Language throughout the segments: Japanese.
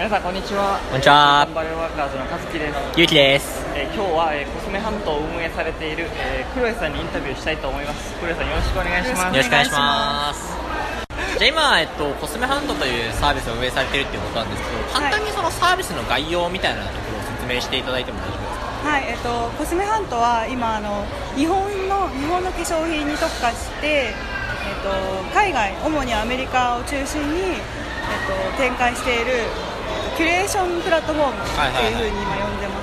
皆さんこんにちは。 こんにちは。 頑張れワーカーズの和樹です。 ゆうきです。 今日は、コスメハントを運営されている、黒江さんにインタビューしたいと思います。黒江さんよろしくお願いします。 よろしくお願いします。じゃあ今、コスメハントというサービスを運営されているということなんですけど、簡単にそのサービスの概要みたいなところを説明していただいても大丈夫ですか？ はい、コスメハントは今日本の化粧品に特化して、海外、主にアメリカを中心に、展開しているキュレーションプラットフォームというふうに今呼んでます。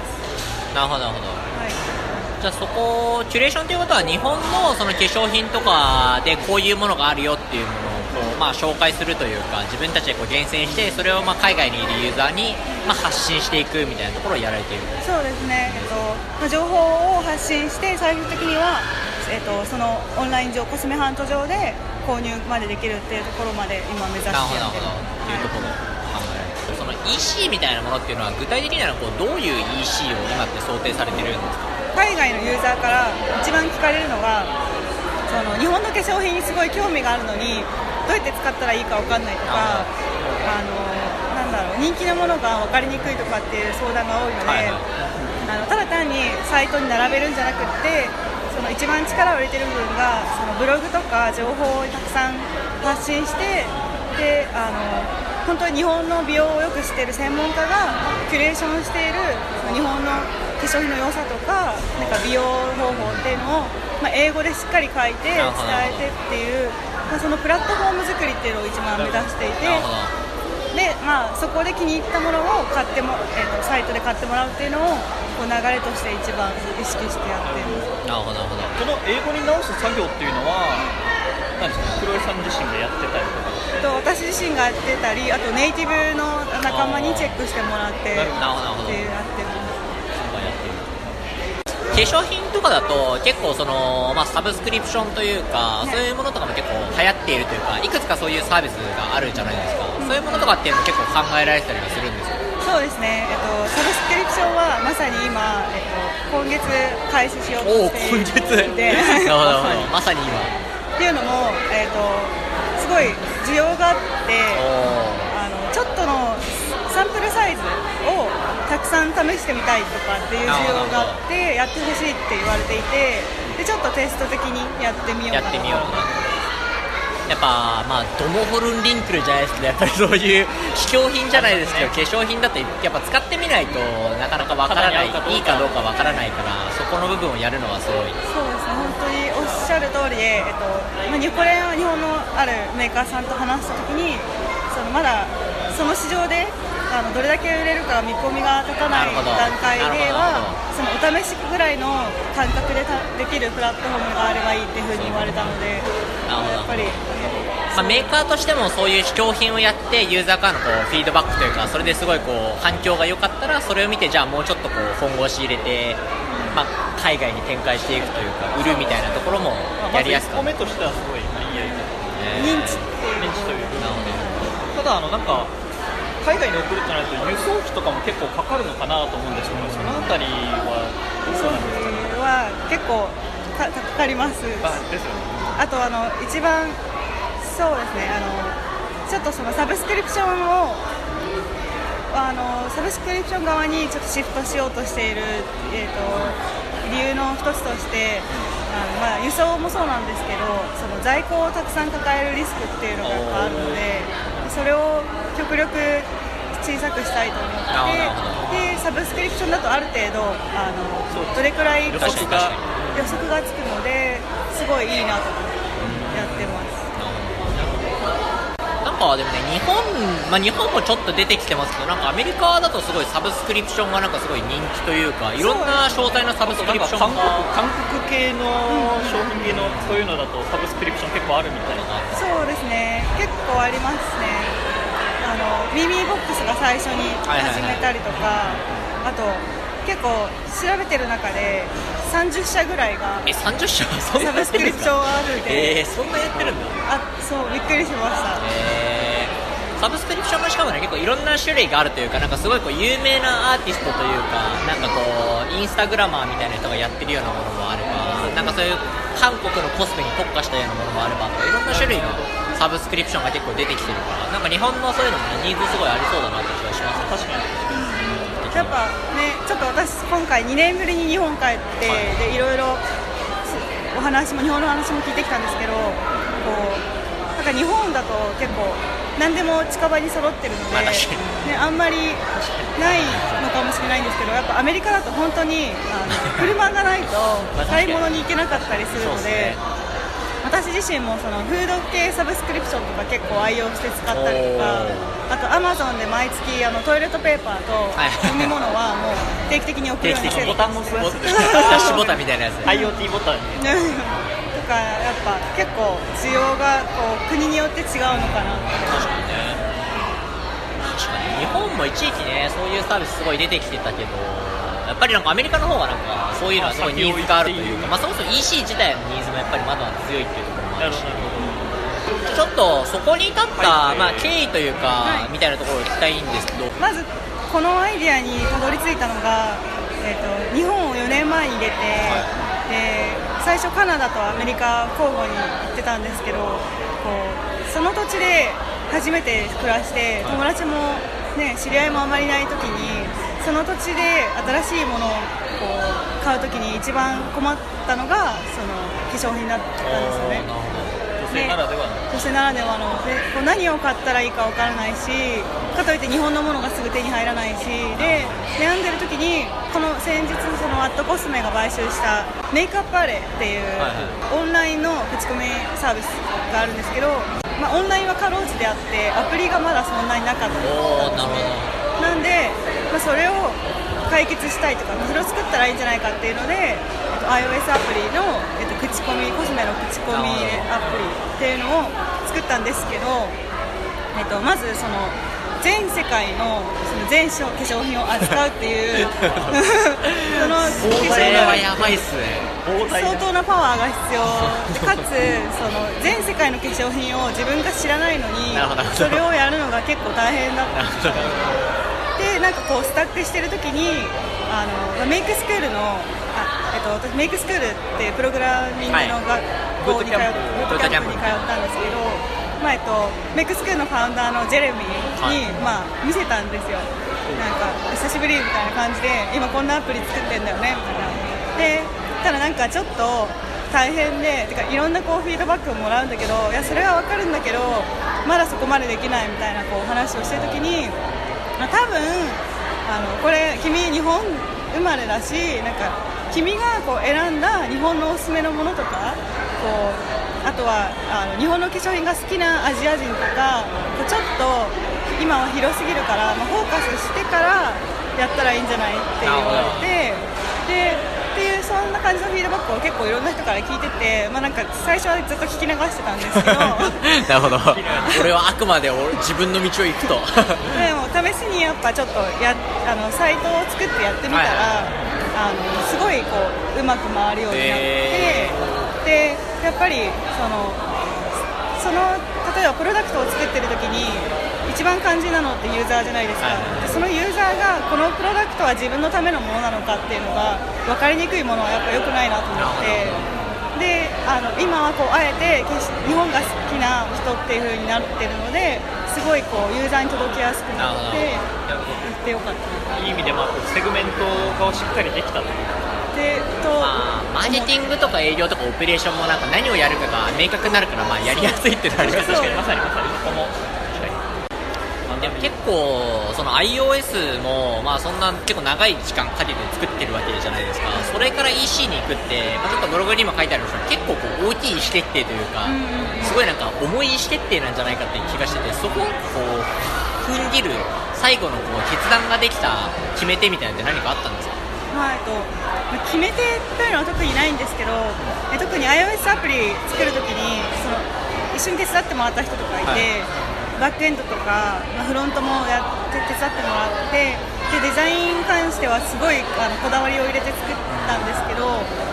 なるほどなるほど。 はい、 じゃあそこキュレーションということは日本のその化粧品とかでこういうものがあるよっていうものを紹介するというか、自分たちで厳選してそれを海外にいるユーザーに発信していくみたいなところをやられている。 そうですね、情報を発信して最終的には、そのオンライン上コスメハント上で購入までできるっていうところまで今目指してやってる。 なるほどというところ、その EC みたいなものっていうのは具体的にはどういう EC を今って想定されてるんですか？ 海外のユーザーから一番聞かれるのが、その日本の化粧品にすごい興味があるのにどうやって使ったらいいか分かんないとか、人気のものが分かりにくいとかっていう相談が多いので、ただ単にサイトに並べるんじゃなくってその一番力を入れてる部分がそのブログとか情報をたくさん発信して、で本当に日本の美容をよく知っている専門家がキュレーションしている日本の化粧品の良さとか、美容方法っていうのを、英語でしっかり書いて伝えてっていう、そのプラットフォーム作りっていうのを一番目指していて、で、そこで気に入ったものを買っても、サイトで買ってもらうっていうのを流れとして一番意識してやっています。 なるほどなるほど。 この英語に直す作業っていうのは何ですか？黒江さん自身がやってたりとか？ 私自身がやってたり、あとネイティブの仲間にチェックしてもらってってやってます。 化粧品とかだと結構サブスクリプションというか、そういうものとかも結構流行っているというか、いくつかそういうサービスがあるじゃないですか、そういうものとかっていうのも結構考えられたりはするんですか？ そうですね、サブスクリプションはまさに今、今月開始しようとしていてまさに今っていうのも、すごい需要があって、ちょっとのサンプルサイズをたくさん試してみたいとかっていう需要があってやってほしいって言われていて、でちょっとテスト的にやってみようかなと。 やっぱドモホルンリンクルじゃないですけど、やっぱりそういう試供品じゃないですけど、化粧品だとやっぱ使ってみないとなかなかわからない、いいかどうかわからないから、そこの部分をやるのはすごい。 そうですね、本当におっしゃる通りで、これは日本のあるメーカーさんと話したときに、まだその市場でどれだけ売れるか見込みが立たない段階では、そのお試しぐらいの感覚でできるプラットフォームがあればいいっていうふうに言われたので、やっぱり、 メーカーとしてもそういう試供品をやってユーザーからのフィードバックというか、それですごい反響が良かったら、それを見てじゃあもうちょっと本腰入れて、海外に展開していくというか売るみたいなところもやりやすく、 1個目としてはすごい認知というか、ただ海外に送るとなると輸送費とかも結構かかるのかなと思うんですけど、そのあたりはどうなんですか？ は結構かかります。 ですよね。 あと一番そうですね、ちょっとそのサブスクリプションをサブスクリプション側にちょっとシフトしようとしている、理由の一つとして、輸送もそうなんですけど、その在庫をたくさん抱えるリスクっていうのがやっぱあるので、それを極力小さくしたいと思って、でサブスクリプションだとある程度どれくらい予測がつくので、すごいいいなとやってます。 でもね、日本もちょっと出てきてますけど、アメリカだとすごいサブスクリプションがすごい人気というか、いろんな詳細なサブスクリプションが韓国系の商品系のそういうのだとサブスクリプション結構あるみたいな。 そうですね、結構ありますね。耳ボックスが最初に始めたりとか、あと結構調べてる中で30社ぐらいが 30社サブスクリプションあるで、 そんなやってるんだ。 そうびっくりしました。 サブスクリプションもしかもね、結構いろんな種類があるというか、すごい有名なアーティストというか、インスタグラマーみたいな人がやってるようなものもあれば、そういう韓国のコスメに特化したようなものもあれば、いろんな種類がサブスクリプションが結構出てきてるから、なんか日本のそういうのも、ね、ニーズすごいありそうだなって気がします。 確かにやっぱね、ちょっと私今回2年ぶりに日本帰って、でいろいろお話も日本の話も聞いてきたんですけど、こうなんか日本だと結構何でも近場に揃ってるので、ね、あんまりないのかもしれないんですけど、やっぱアメリカだと本当に車がないと買い物に行けなかったりするので、私自身もそのフード系サブスクリプションとか結構愛用して使ったりとか、あとアマゾンで毎月トイレットペーパーと飲み物はもう定期的に送るようにしてる。 ボタンもすごいダッシュボタンみたいなやつ、 IoT ボタンにとかやっぱ結構需要がこう国によって違うのかなって。 確かにね。確かに日本も一時期ね、そういうサービスすごい出てきてたけど、やっぱりなんかアメリカの方がなんかそういうのはすごいニーズがあるというか、まあそもそも EC 自体のニーズもやっぱりまだ強いっていうところもあるし、ちょっとそこに至った、まあ経緯というか、みたいなところを聞きたいんですけど、 まずこのアイデアにたどり着いたのが、日本を4年前に出て、で最初カナダとアメリカ交互に行ってたんですけど、こうその土地で初めて暮らして、友達も、ね、知り合いもあまりない時に、その土地で新しいものをこう買う時に一番困ったのがその化粧品だったんですよね。 女性ならではの女性ならではので、こう何を買ったらいいか分からないし、かといって日本のものがすぐ手に入らないしで、悩んでる時にこの先日そのアットコスメが買収したメイクアップアレっていうオンラインの口コミサービスがあるんですけど、まあ、オンラインはかろうじてあってアプリがまだそんなになかったんですね。なんで、まあ、それを解決したいとか、それを作ったらいいんじゃないかっていうので、iOS アプリの、口コミコスメの口コミアプリっていうのを作ったんですけど、まずその全世界のその全化粧品を扱うっていうそのそれはやばいっすね。 相当なパワーが必要で、かつその全世界の化粧品を自分が知らないのにそれをやるのが結構大変だったんですよ。でなんかこうスタックしてる時にメイクスクールの私メイクスクールっていうプログラミングの学校にブートキャンプに通ったんですけど、まあメイクスクールのファウンダーのジェレミーに、まあ、見せたんですよ。なんか久しぶりみたいな感じで、今こんなアプリ作ってんだよねみたいな。でただなんかちょっと大変で、てかいろんなこうフィードバックをもらうんだけど、いやそれは分かるんだけどまだそこまでできないみたいなこう話をしてる時に、多分これ君日本生まれだし、なんか君がこう選んだ日本のおすすめのものとか、こうあとは日本の化粧品が好きなアジア人とか、こうちょっと今は広すぎるから、まあ、フォーカスしてからやったらいいんじゃないって言われて、でっていうそんな感じのフィードバックを結構いろんな人から聞いてて、まあ、なんか最初はずっと聞き流してたんですけどなるほど俺はあくまで自分の道を行くとでも試しにやっぱちょっとサイトを作ってやってみたら、すごいこううまく回るようになって、でやっぱりその例えばプロダクトを作ってる時に一番肝心なのってユーザーじゃないですか。そのユーザーがこのプロダクトは自分のためのものなのかっていうのが分かりにくいものはやっぱ良くないなと思って、で今はこうあえて日本が好きな人っていう風になってるので、すごいこうユーザーに届きやすくなってやってよかったな。 いい意味でもセグメントがしっかりできたマーケティングとか営業とかオペレーションもなんか何をやるかが明確になるから、まあやりやすいってなります。 確かにまさにここもでも結構その iOS もまあそんな結構長い時間かけて作ってるわけじゃないですか。それから EC に行くって、まあ、ちょっとブログにも書いてあるんですけど、結構こう大きい意思決定というか、すごいなんか重い意思決定なんじゃないかっていう気がしてて、そこをこう踏ん切る最後のこう決断ができた決め手みたいなのって何かあったんですか？ 決め手というのは特にないんですけど、特に iOS アプリ作るときに一緒に手伝ってもらった人とかいて、バックエンドとか、フロントもやって手伝ってもらって、でデザインに関してはすごいこだわりを入れて作ったんですけど、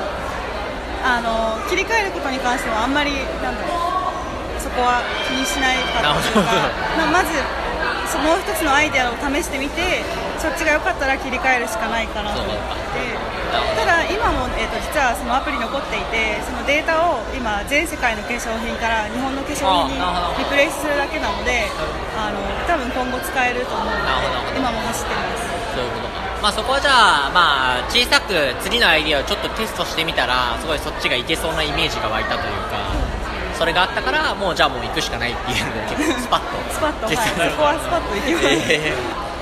切り替えることに関してはあんまりそこは気にしないかったというかまずもう一つのアイデアを試してみて、そっちが良かったら切り替えるしかないかなと思ってて、ただ今も、実はそのアプリ残っていて、そのデータを今全世界の化粧品から日本の化粧品にリプレイスするだけなので、多分今後使えると思うので今も走ってます。 そういうことか。そこはじゃあ、小さく次のアイディアをちょっとテストしてみたらすごいそっちがいけそうなイメージが湧いたというか、それがあったからもうじゃあもう行くしかないっていうので結構スパッとスパッと、はい、そこはスパッと行きます、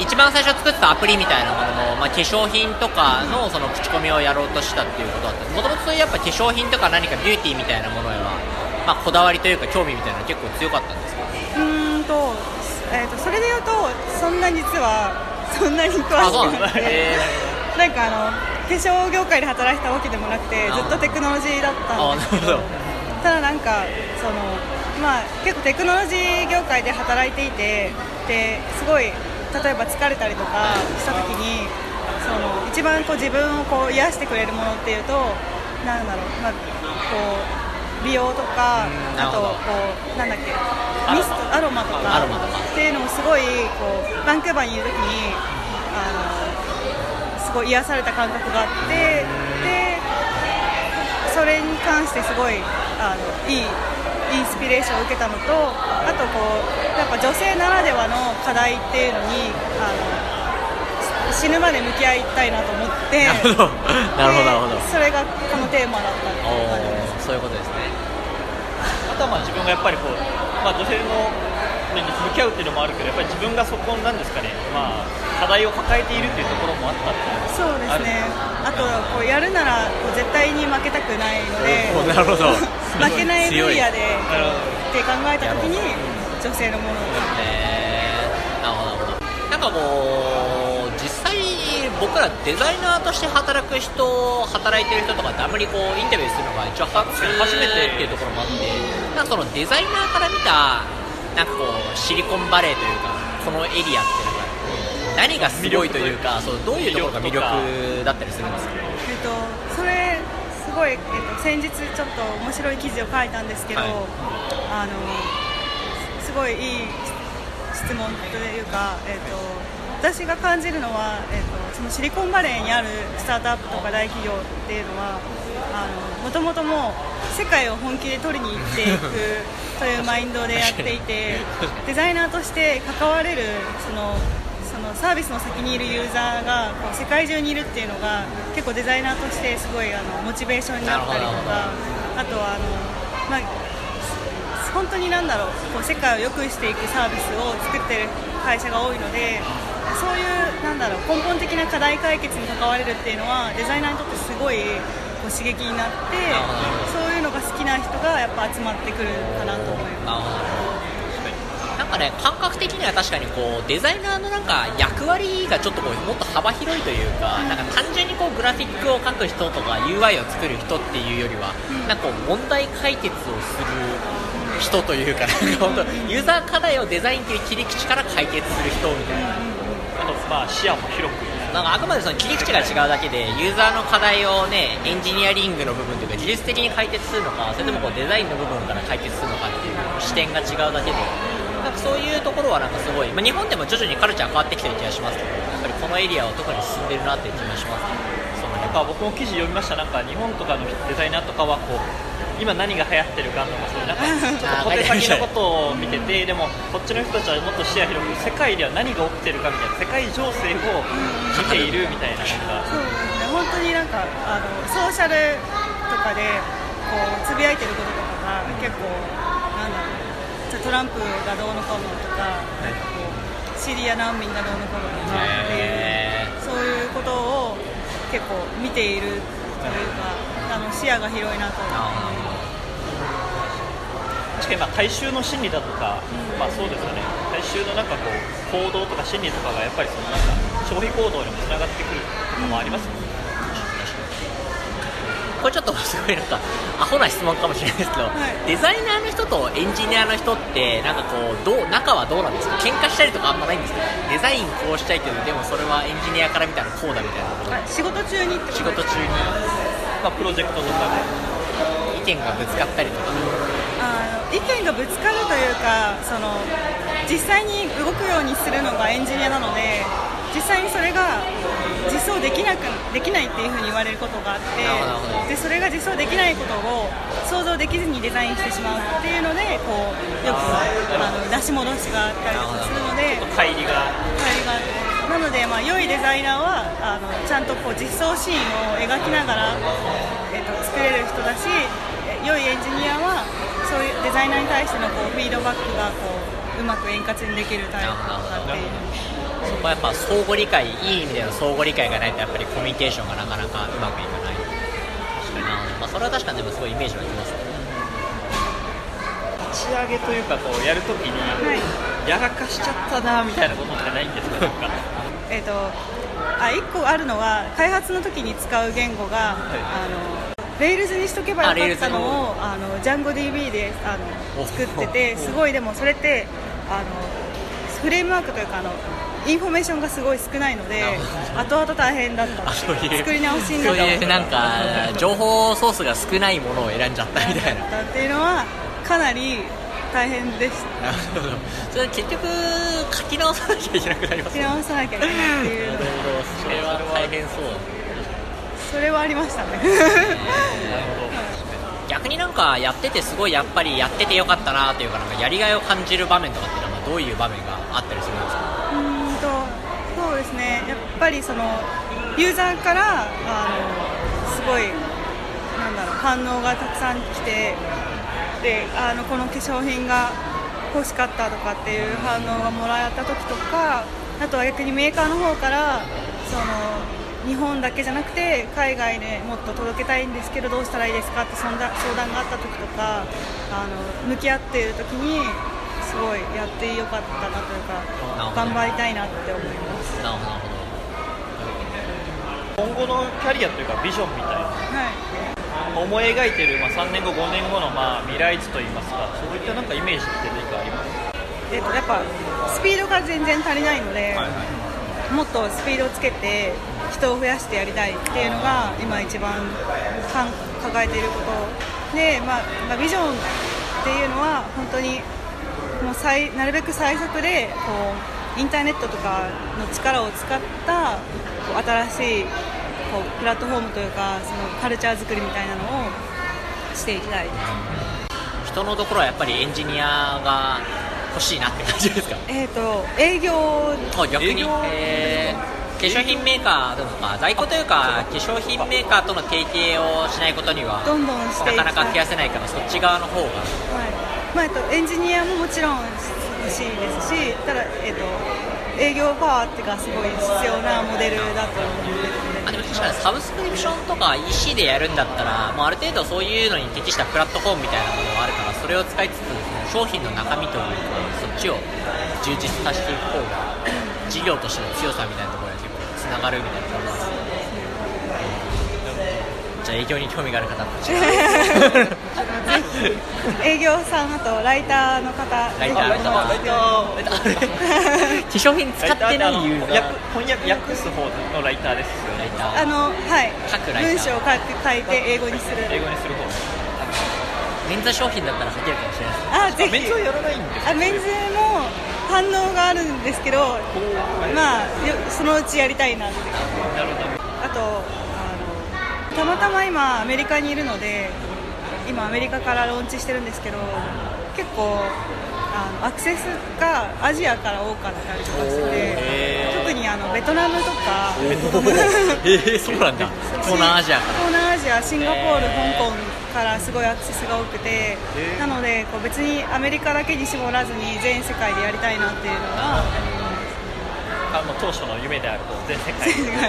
一番最初作ったアプリみたいなものも、化粧品とかのその口コミをやろうとしたっていうことだった。もともとそういうやっぱ化粧品とか何かビューティーみたいなものへは、こだわりというか興味みたいなの結構強かったんですか？ それで言うとそんな実はそんなに詳しくなくて、なんか化粧業界で働いてたわけでもなくてずっとテクノロジーだったんですけど、ただなんか結構テクノロジー業界で働いていて、ですごい例えば疲れたりとかした時に一番自分を癒してくれるものっていうとなんだろう、美容とか、あとミスト、アロマとかっていうのもすごいバンクーバーにいる時にすごい癒された感覚があって、でそれに関してすごいいいインスピレーションを受けたのと、あとやっぱ女性ならではの課題っていうのに死ぬまで向き合いたいなと思って、 なるほどそれがこのテーマだったっていう感じです。 そういうことですね。 あとは自分がやっぱり女性のに向き合うっていうのもあるけど、やっぱり自分がそこなんですかね、課題を抱えているっていうところもあったっていう。 そうですね。あとやるなら絶対に負けたくないので、 なるほど負けない分野でって考えた時に女性のものをなんか実際僕らデザイナーとして働いてる人とかってあんまりインタビューするのが一応初めてっていうところもあって、なんかそのデザイナーから見たなんかシリコンバレーというかこのエリアっていうのが何がすごいというか、どういうところが魅力だったりするんですか？ それすごい、先日ちょっと面白い記事を書いたんですけど、すごいいい質問というか、私が感じるのは、そのシリコンバレーにあるスタートアップとか大企業っていうのはもともともう世界を本気で取りに行っていくというマインドでやっていてデザイナーとして関われるそのサービスの先にいるユーザーが世界中にいるっていうのが結構デザイナーとしてすごいモチベーションになったりとか、あとは本当に世界を良くしていくサービスを作ってる会社が多いので、そういう根本的な課題解決に関われるっていうのはデザイナーにとってすごい刺激になって、そういうのが好きな人がやっぱ集まってくるかなと思います。 なんかね、感覚的には確かにデザイナーの役割がちょっともっと幅広いというか、単純にグラフィックを描く人とか UI を作る人っていうよりは、問題解決をする人というか、本当ユーザー課題をデザインという切り口から解決する人みたいな。 視野も広くあくまでその切り口が違うだけでユーザーの課題をね、エンジニアリングの部分というか技術的に解決するのか、それともデザインの部分から解決するのかっていう視点が違うだけで、そういうところはすごい、日本でも徐々にカルチャー変わってきてる気がしますけど、やっぱりこのエリアは特に進んでるなっていう気がしますね。 僕も記事読みました。日本とかのデザイナーとかは今何が流行ってるかとか、そういうちょっと小手先のことを見てて、でもこっちの人たちはもっと視野広く世界では何が起きてるかみたいな、世界情勢を見ているみたいな。 そうですね、本当にソーシャルとかでつぶやいてることとかが結構トランプがどうのこうのとか、シリア難民がどうのこうのとかっていう、そういうことを結構見ているというか、視野が広いなと思います。 確かに大衆の心理だとか、そうですよね、大衆の行動とか心理とかがやっぱり消費行動にもつながってくるのもありますもんね。 これちょっとすごいアホな質問かもしれないですけど、デザイナーの人とエンジニアの人って仲はどうなんですか？喧嘩したりとかあんまないんですか？デザインこうしたいけど、でもそれはエンジニアから見たらこうだみたいな。 仕事中にってことですか？ 仕事中に、 プロジェクトとかで意見がぶつかったりとか。 意見がぶつかるというか、 実際に動くようにするのがエンジニアなので、実際にそれが実装できないっていうふうに言われることがあって、でそれが実装できないことを想像できずにデザインしてしまうっていうので、こうよく出し戻しがあったりとかするので、 乖離があって、なので、良いデザイナーはちゃんとこう実装シーンを描きながら、作れる人だし、良いエンジニアはそういうデザイナーに対してのこうフィードバックがこううまく円滑にできるタイプだっていう。 そこはやっぱ相互理解、いい意味での相互理解がないとやっぱりコミュニケーションがなかなかうまくいかない。確かに、それは確かにでもすごいイメージはきますね。 立ち上げというかこうやるときに、やらかしちゃったなみたいなことってないんですか？ 1個あるのは開発の時に使う言語が、レイルズにしとけばよかったのをJangoDB で作ってて、すごいでもそれってフレームワークというかインフォメーションがすごい少ないので後々大変だったっていう、作り直しになった、 そういうなんか情報ソースが少ないものを選んじゃったみたいなっていうのはかなり大変でした。 なるほど。それ結局書き直さなきゃいけなくなりますね。 書き直さなきゃいけないっていう。 それは大変そう。 それはありましたね。 逆になんかやっててすごいやっぱりやっててよかったなというか、なんかやりがいを感じる場面とかっていうのはどういう場面があったりするんですか？ そうですね。やっぱりそのユーザーからすごい反応がたくさん来て、でこの化粧品が欲しかったとかっていう反応がもらった時とか、あとは逆にメーカーの方から日本だけじゃなくて海外でもっと届けたいんですけどどうしたらいいですかって相談があった時とか、向き合っている時にすごいやってよかったなというか、頑張りたいなって思います。 なるほど。 今後のキャリアというかビジョンみたいな、思い描いている、3年後5年後の未来図といいますか、そういったなんかイメージって何かありますか？ やっぱスピードが全然足りないので、もっとスピードをつけて人を増やしてやりたいっていうのが今一番抱えていることで、ビジョンっていうのは本当にもうなるべく最速でこうインターネットとかの力を使ったこう新しいこうプラットフォームというか、そのカルチャー作りみたいなのをしていきたいです。 人のところはやっぱりエンジニアが欲しいなって感じですか？ 営業。 逆に化粧品メーカーとか在庫というか化粧品メーカーとの提携をしないことにはどんどんしていきたい、 なかなか増やせないから、そっち側の方が、 エンジニアももちろん欲しいですし、ただ、営業パワーっていうかすごい必要なモデルだと思ってるので、 でも確かにサブスクリプションとか EC でやるんだったら、ある程度そういうのに適したプラットフォームみたいなものがあるから、それを使いつつ商品の中身というかそっちを充実させていく方が事業としての強さみたいなところに結構つながるみたいな感じですね。じゃあ営業に興味がある方たち営業さん、あとライターの方、化粧品使ってないユーザー、 翻訳訳す方のライターですよね。 文章を書いて英語にする方。 メンズ商品だったら書けるかもしれないです。 ぜひ。 メンズはやらないんですか？ メンズも反応があるんですけど、そのうちやりたいなって。あとたまたま今アメリカにいるので、今アメリカからローンチしてるんですけど、結構アクセスがアジアから多かったりとかしてて、特にベトナムとかそうなんだ。東南アジア、 シンガポール、香港からすごいアクセスが多くて、なのでこう別にアメリカだけに絞らずに全世界でやりたいなっていうのは当初の夢であると全世界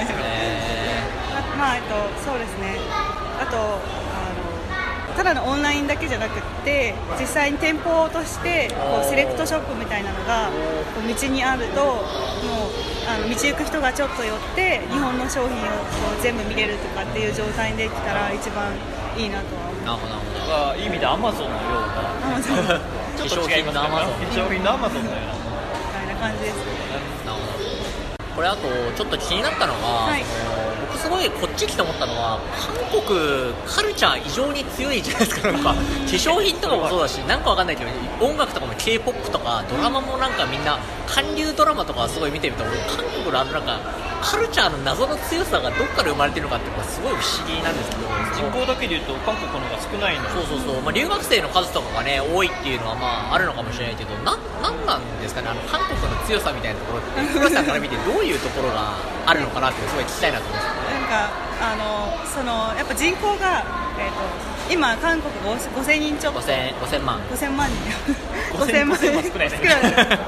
そうですね。あとただのオンラインだけじゃなくって実際に店舗としてこうセレクトショップみたいなのがこう道にあるともう道行く人がちょっと寄って日本の商品をこう全部見れるとかっていう状態にできたら一番いいなとは思います。 いい意味でアマゾンのようなちょっと違いますね。化粧品のアマゾンのようなみたいな感じですね。 これあとちょっと気になったのが、僕すごいこっ時期と思ったのは韓国カルチャー異常に強いじゃないですか。なんか化粧品とかもそうだし、なんかわかんないけど音楽とかも K-POP とかドラマもなんかみんな韓流ドラマとかすごい見てると、韓国のなんかカルチャーの謎の強さがどっから生まれてるのかっていうのがすごい不思議なんですけど、 人口だけでいうと韓国の方が少ないの。 そう、まあ、留学生の数とかがね多いっていうのはまああるのかもしれないけど、なんなんですかね、韓国の強さみたいなところって黒さんから見てどういうところがあるのかなってすごい聞きたいなと思います。 なんかそのやっぱ人口が、今韓国5000人ちょっと 5000万 5000万人 5000万少ないですね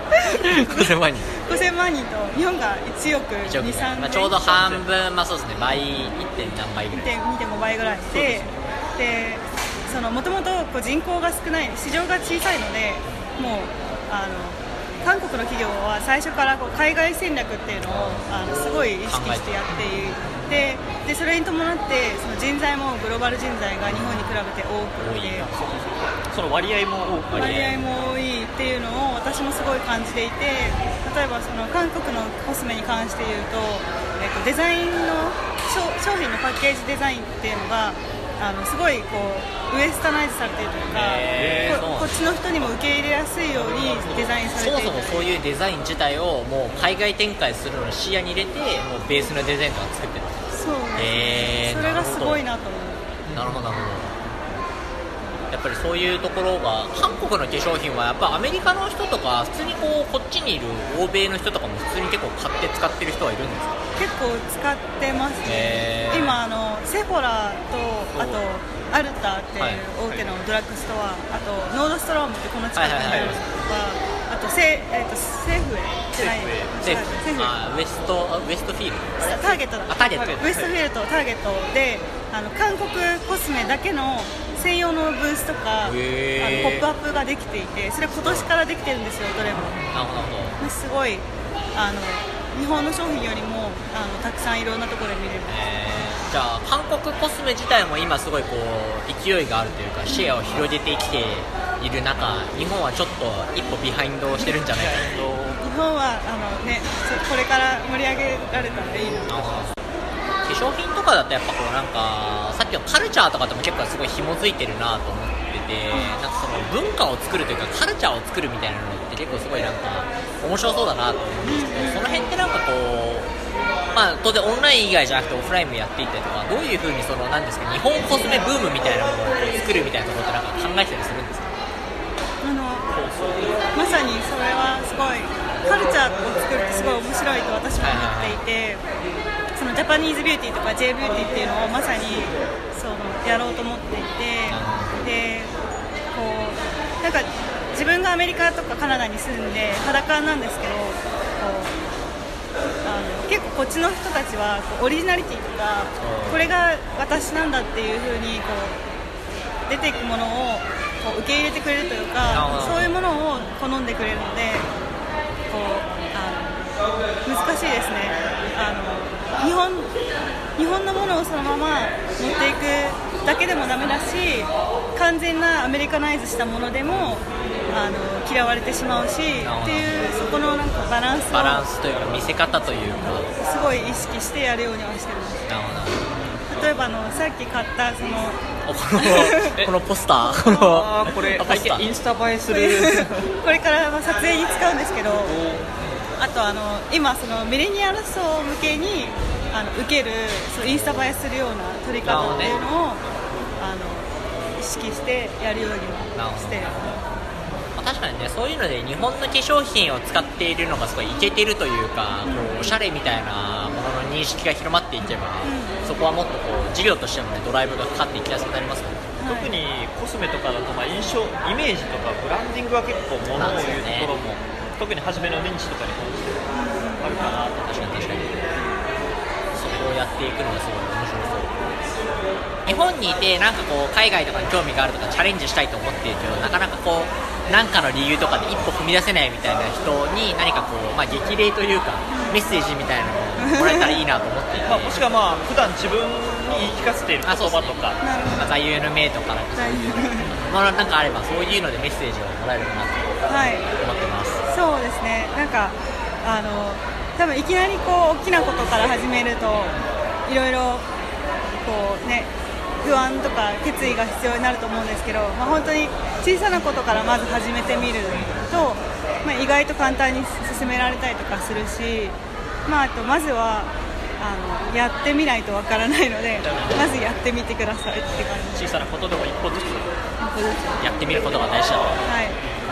5000万人 5000万人と日本が1億2、3、 まあ、ちょうど半分、まあそうですね、倍 1. 何倍ぐらい 2.5 倍ぐらいで、もともと人口が少ない市場が小さいので、もう韓国の企業は最初から海外戦略っていうのをすごい意識してやっていて、でそれに伴ってその人材もグローバル人材が日本に比べて多くて、 その割合も多いっていうのを私もすごい感じていて、例えばその韓国のコスメに関して言うと、デザインの商品のパッケージデザインっていうのがすごいウエスタナイズされているというか、こっちの人にも受け入れやすいようにデザインされている。 そもそもそういうデザイン自体をもう海外展開するのを視野に入れて、もうベースのデザインとか作ってる。 そうです、それがすごいなと思う。 なるほど。やっぱりそういうところが、韓国の化粧品はやっぱアメリカの人とか普通にこっちにいる欧米の人とかも普通に結構買って使ってる人はいるんですか？ 結構使ってますね。今セフォラとあとアルタっていう大手のドラッグストア、あとノードストロームってこの近くにあるとか、あとセーフウェイじゃないウエストフィールド、 ターゲットだ、ウエストフィールドとターゲットで韓国コスメだけの専用のブースとかポップアップができていて、それ今年からできてるんですよ、どれも。 なるほど。 すごい日本の商品よりもたくさんいろんなところで見れる。 じゃあ韓国コスメ自体も今すごい勢いがあるというか、シェアを広げてきている中、日本はちょっと一歩ビハインドをしてるんじゃないかと。 日本はこれから盛り上げられたらいいな。 化粧品とかだとやっぱなんかさっきのカルチャーとかとも結構すごい紐づいてるなと思ってて、なんかその文化を作るというかカルチャーを作るみたいなのって結構すごいなんか面白そうだなと思うんですけど、その辺ってなんかまあ当然オンライン以外じゃなくてオフラインもやっていったりとか、どういう風になんですか、日本コスメブームみたいなものを作るみたいなところってなんか考えてたりするんですか？ まさにそれはすごいカルチャーを作るってすごい面白いと私も思っていて、そのジャパニーズビューティーとか J ビューティーっていうのをまさにやろうと思っていて、でなんか自分がアメリカとかカナダに住んで裸なんですけど、結構こっちの人たちはオリジナリティとかこれが私なんだっていう風に出ていくものを受け入れてくれるというか、そういうものを好んでくれるので難しいですね。日本のものをそのまま持っていくだけでもダメだし、完全なアメリカナイズしたものでも嫌われてしまうしっていう、そこのなんかバランスというか見せ方というかすごい意識してやるようにはしてます。例えばさっき買ったこのポスターこれインスタ映えするこれから撮影に使うんですけど、あと今ミレニアル層向けに受けるインスタ映えするような撮り方っていうのを意識してやるようにはしてる。 確かにね、そういうので日本の化粧品を使っているのがすごいイケてるというか、おしゃれみたいなものの認識が広まっていけば、そこはもっと事業としてもねドライブがかかっていきやすくなりますよね。 特にコスメとかだとイメージとかブランディングは結構ものを言うところも、特に初めの認知とかに関してあるかなと。 確かにそこをやっていくのがすごい面白そう。日本にいてなんか海外とかに興味があるとかチャレンジしたいと思っているけど、なかなか何かの理由とかで一歩踏み出せないみたいな人に何か激励というかメッセージみたいなのをもらえたらいいなと思っていてもしくは普段自分に言い聞かせている言葉とか、 座右の銘とかそういうなんかあれば、そういうのでメッセージをもらえるかなと思ってます。 そうですね、なんか多分いきなり大きなことから始めるといろいろこうね不安とか決意が必要になると思うんですけど、本当に小さなことからまず始めてみると、意外と簡単に進められたりとかするし、あとまずはやってみないとわからないので、まずやってみてくださいって感じ。 小さなことでも一歩ずつやってみることが大事だと。 はい。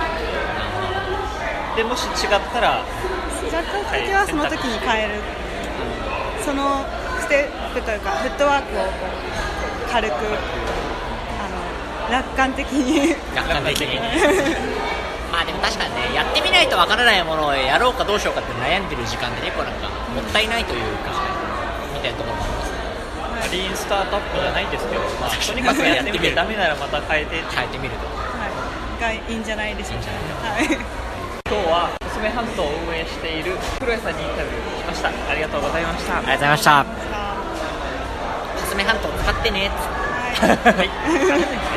でもし違ったら違った時はその時に変える、そのステップというかフットワークをこう軽く楽観的に楽観的にでも確かにね、やってみないとわからないものをやろうかどうしようかって悩んでる時間で結構なんかもったいないというか、みたいなところもありますね。 リーンスタートアップじゃないですけど、とにかくやってみてダメならまた変えてみると、 がいいんじゃないでしょうか。はい。 今日はコスメハントを運営している黒谷さんにインタビューしました。ありがとうございました。 ありがとうございました。コスメハントを使ってね。 はい。